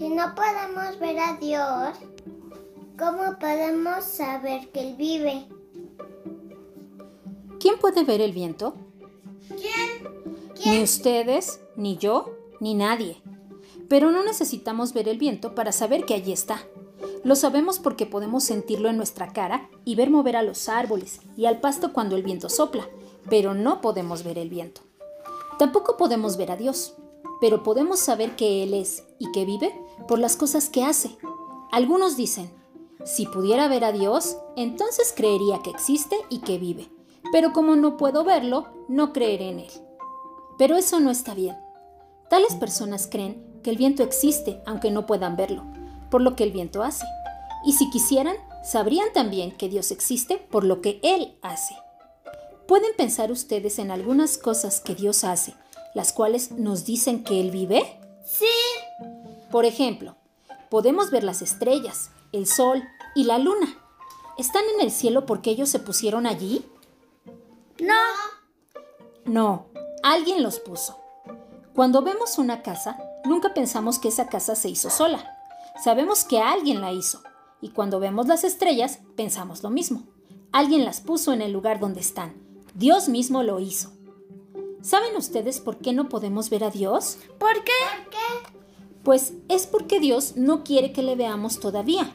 Si no podemos ver a Dios, ¿cómo podemos saber que Él vive? ¿Quién puede ver el viento? ¿Quién? Ni ustedes, ni yo, ni nadie. Pero no necesitamos ver el viento para saber que allí está. Lo sabemos porque podemos sentirlo en nuestra cara y ver mover a los árboles y al pasto cuando el viento sopla, pero no podemos ver el viento. Tampoco podemos ver a Dios, pero podemos saber que Él es y que vive por las cosas que hace. Algunos dicen, si pudiera ver a Dios, entonces creería que existe y que vive, pero como no puedo verlo, no creeré en Él. Pero eso no está bien. Tales personas creen que el viento existe aunque no puedan verlo, por lo que el viento hace. Y si quisieran, sabrían también que Dios existe por lo que Él hace. ¿Pueden pensar ustedes en algunas cosas que Dios hace, las cuales nos dicen que Él vive? Sí. Por ejemplo, podemos ver las estrellas, el sol y la luna. ¿Están en el cielo porque ellos se pusieron allí? No, alguien los puso. Cuando vemos una casa, nunca pensamos que esa casa se hizo sola. Sabemos que alguien la hizo. Y cuando vemos las estrellas, pensamos lo mismo. Alguien las puso en el lugar donde están. Dios mismo lo hizo. ¿Saben ustedes por qué no podemos ver a Dios? ¿Por qué? ¿Por qué? Pues es porque Dios no quiere que le veamos todavía.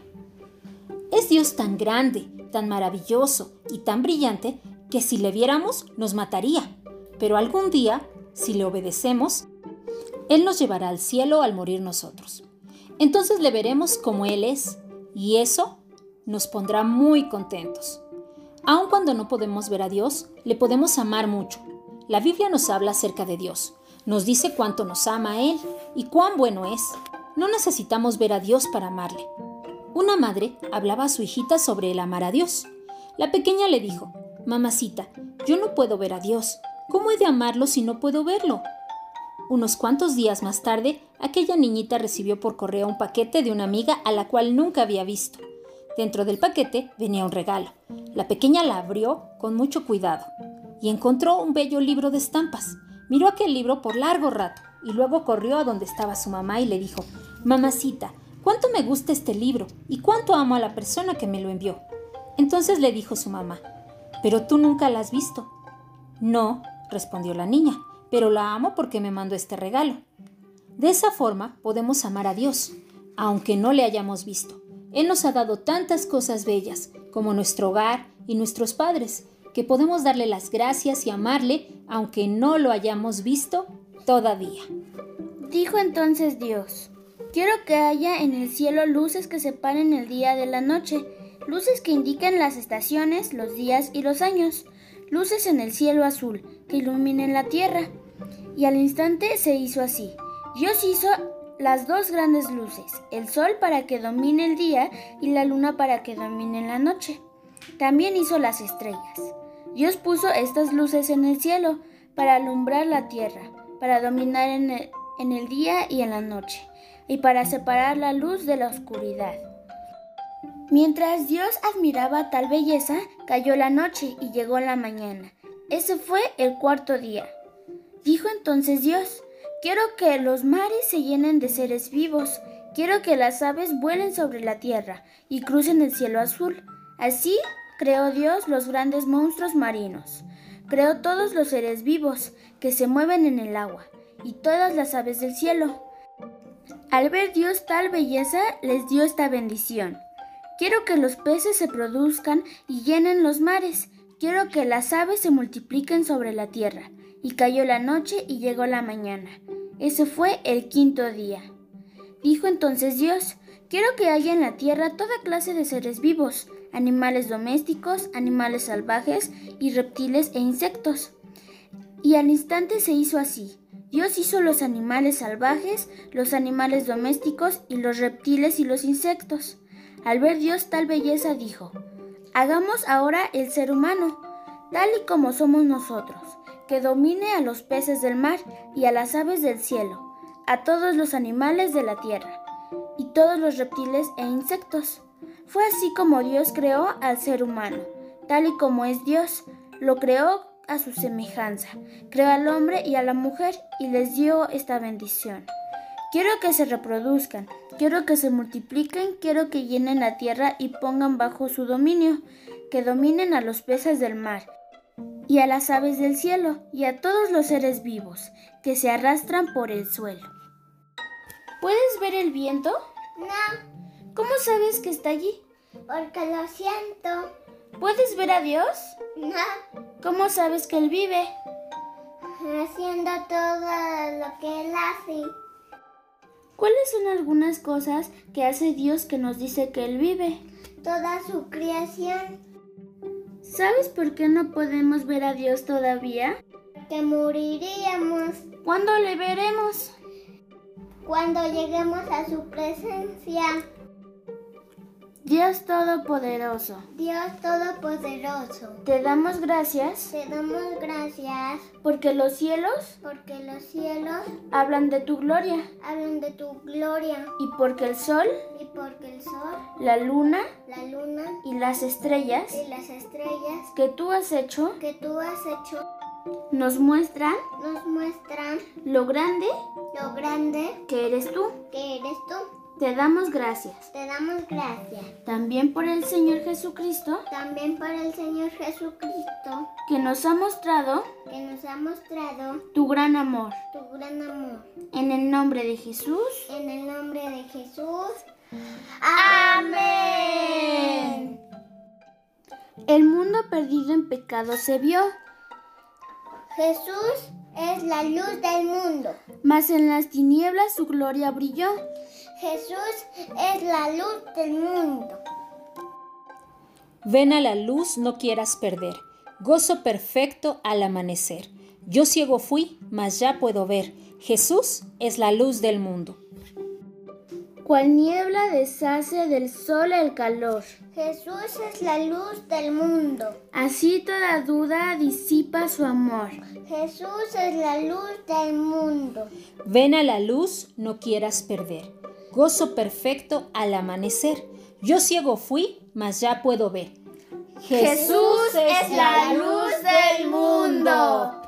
Es Dios tan grande, tan maravilloso y tan brillante que si le viéramos nos mataría. Pero algún día, si le obedecemos, Él nos llevará al cielo al morir nosotros. Entonces le veremos como Él es, y eso nos pondrá muy contentos. Aun cuando no podemos ver a Dios, le podemos amar mucho. La Biblia nos habla acerca de Dios. Nos dice cuánto nos ama a Él y cuán bueno es. No necesitamos ver a Dios para amarle. Una madre hablaba a su hijita sobre el amar a Dios. La pequeña le dijo, «Mamacita, yo no puedo ver a Dios. ¿Cómo he de amarlo si no puedo verlo?» Unos cuantos días más tarde, aquella niñita recibió por correo un paquete de una amiga a la cual nunca había visto. Dentro del paquete venía un regalo. La pequeña la abrió con mucho cuidado y encontró un bello libro de estampas. Miró aquel libro por largo rato y luego corrió a donde estaba su mamá y le dijo, «Mamacita, cuánto me gusta este libro y cuánto amo a la persona que me lo envió». Entonces le dijo su mamá, «¿Pero tú nunca la has visto?» «No», respondió la niña, «pero la amo porque me mandó este regalo». De esa forma podemos amar a Dios, aunque no le hayamos visto. Él nos ha dado tantas cosas bellas, como nuestro hogar y nuestros padres, que podemos darle las gracias y amarle, aunque no lo hayamos visto todavía. Dijo entonces Dios, «Quiero que haya en el cielo luces que separen el día de la noche, luces que indiquen las estaciones, los días y los años, luces en el cielo azul que iluminen la tierra». Y al instante se hizo así. Dios hizo las dos grandes luces, el sol para que domine el día y la luna para que domine la noche. También hizo las estrellas. Dios puso estas luces en el cielo para alumbrar la tierra, para dominar en el día y en la noche, y para separar la luz de la oscuridad. Mientras Dios admiraba tal belleza, cayó la noche y llegó la mañana. Ese fue el cuarto día. Dijo entonces Dios, «Quiero que los mares se llenen de seres vivos, quiero que las aves vuelen sobre la tierra y crucen el cielo azul». Así creó Dios los grandes monstruos marinos. Creó todos los seres vivos que se mueven en el agua y todas las aves del cielo. Al ver Dios tal belleza, les dio esta bendición. «Quiero que los peces se produzcan y llenen los mares, quiero que las aves se multipliquen sobre la tierra». Y cayó la noche y llegó la mañana. Ese fue el quinto día. Dijo entonces Dios, «Quiero que haya en la tierra toda clase de seres vivos, animales domésticos, animales salvajes y reptiles e insectos». Y al instante se hizo así. Dios hizo los animales salvajes, los animales domésticos y los reptiles y los insectos. Al ver Dios tal belleza dijo, «Hagamos ahora el ser humano, tal y como somos nosotros, que domine a los peces del mar y a las aves del cielo, a todos los animales de la tierra, y todos los reptiles e insectos». Fue así como Dios creó al ser humano, tal y como es Dios, lo creó a su semejanza, creó al hombre y a la mujer y les dio esta bendición. «Quiero que se reproduzcan, Quiero que se multipliquen, quiero que llenen la tierra y pongan bajo su dominio, que dominen a los peces del mar, y a las aves del cielo, y a todos los seres vivos, que se arrastran por el suelo. ¿Puedes ver el viento? No, ¿Cómo sabes que está allí? porque lo siento. ¿Puedes ver a Dios? No, ¿Cómo sabes que Él vive? haciendo todo lo que Él hace. ¿Cuáles son algunas cosas que hace Dios que nos dice que Él vive? Toda su creación. ¿Sabes por qué no podemos ver a Dios todavía? Que moriríamos ¿Cuándo le veremos? cuando lleguemos a su presencia. Dios Todopoderoso, Dios Todopoderoso, te damos gracias te damos gracias porque los cielos porque los cielos hablan de tu gloria hablan de tu gloria y porque el sol, y porque el sol, la luna la luna y las estrellas y las estrellas que tú has hecho que tú has hecho nos muestran nos muestran lo grande lo grande que eres tú. que eres tú. Te damos gracias Te damos gracias también por el Señor Jesucristo también por el Señor Jesucristo que nos ha mostrado que nos ha mostrado tu gran amor. tu gran amor. En el nombre de Jesús. En el nombre de Jesús. ¡Amén! El mundo perdido en pecado se vio, Jesús es la luz del mundo. mas en las tinieblas su gloria brilló. Jesús es la luz del mundo. Ven a la luz, no quieras perder. Gozo perfecto al amanecer. Yo ciego fui, mas ya puedo ver. Jesús es la luz del mundo. Cual niebla deshace del sol el calor, Jesús es la luz del mundo. así toda duda disipa su amor. Jesús es la luz del mundo. Ven a la luz, no quieras perder. Gozo perfecto al amanecer. Yo ciego fui, mas ya puedo ver. Jesús es la luz del mundo.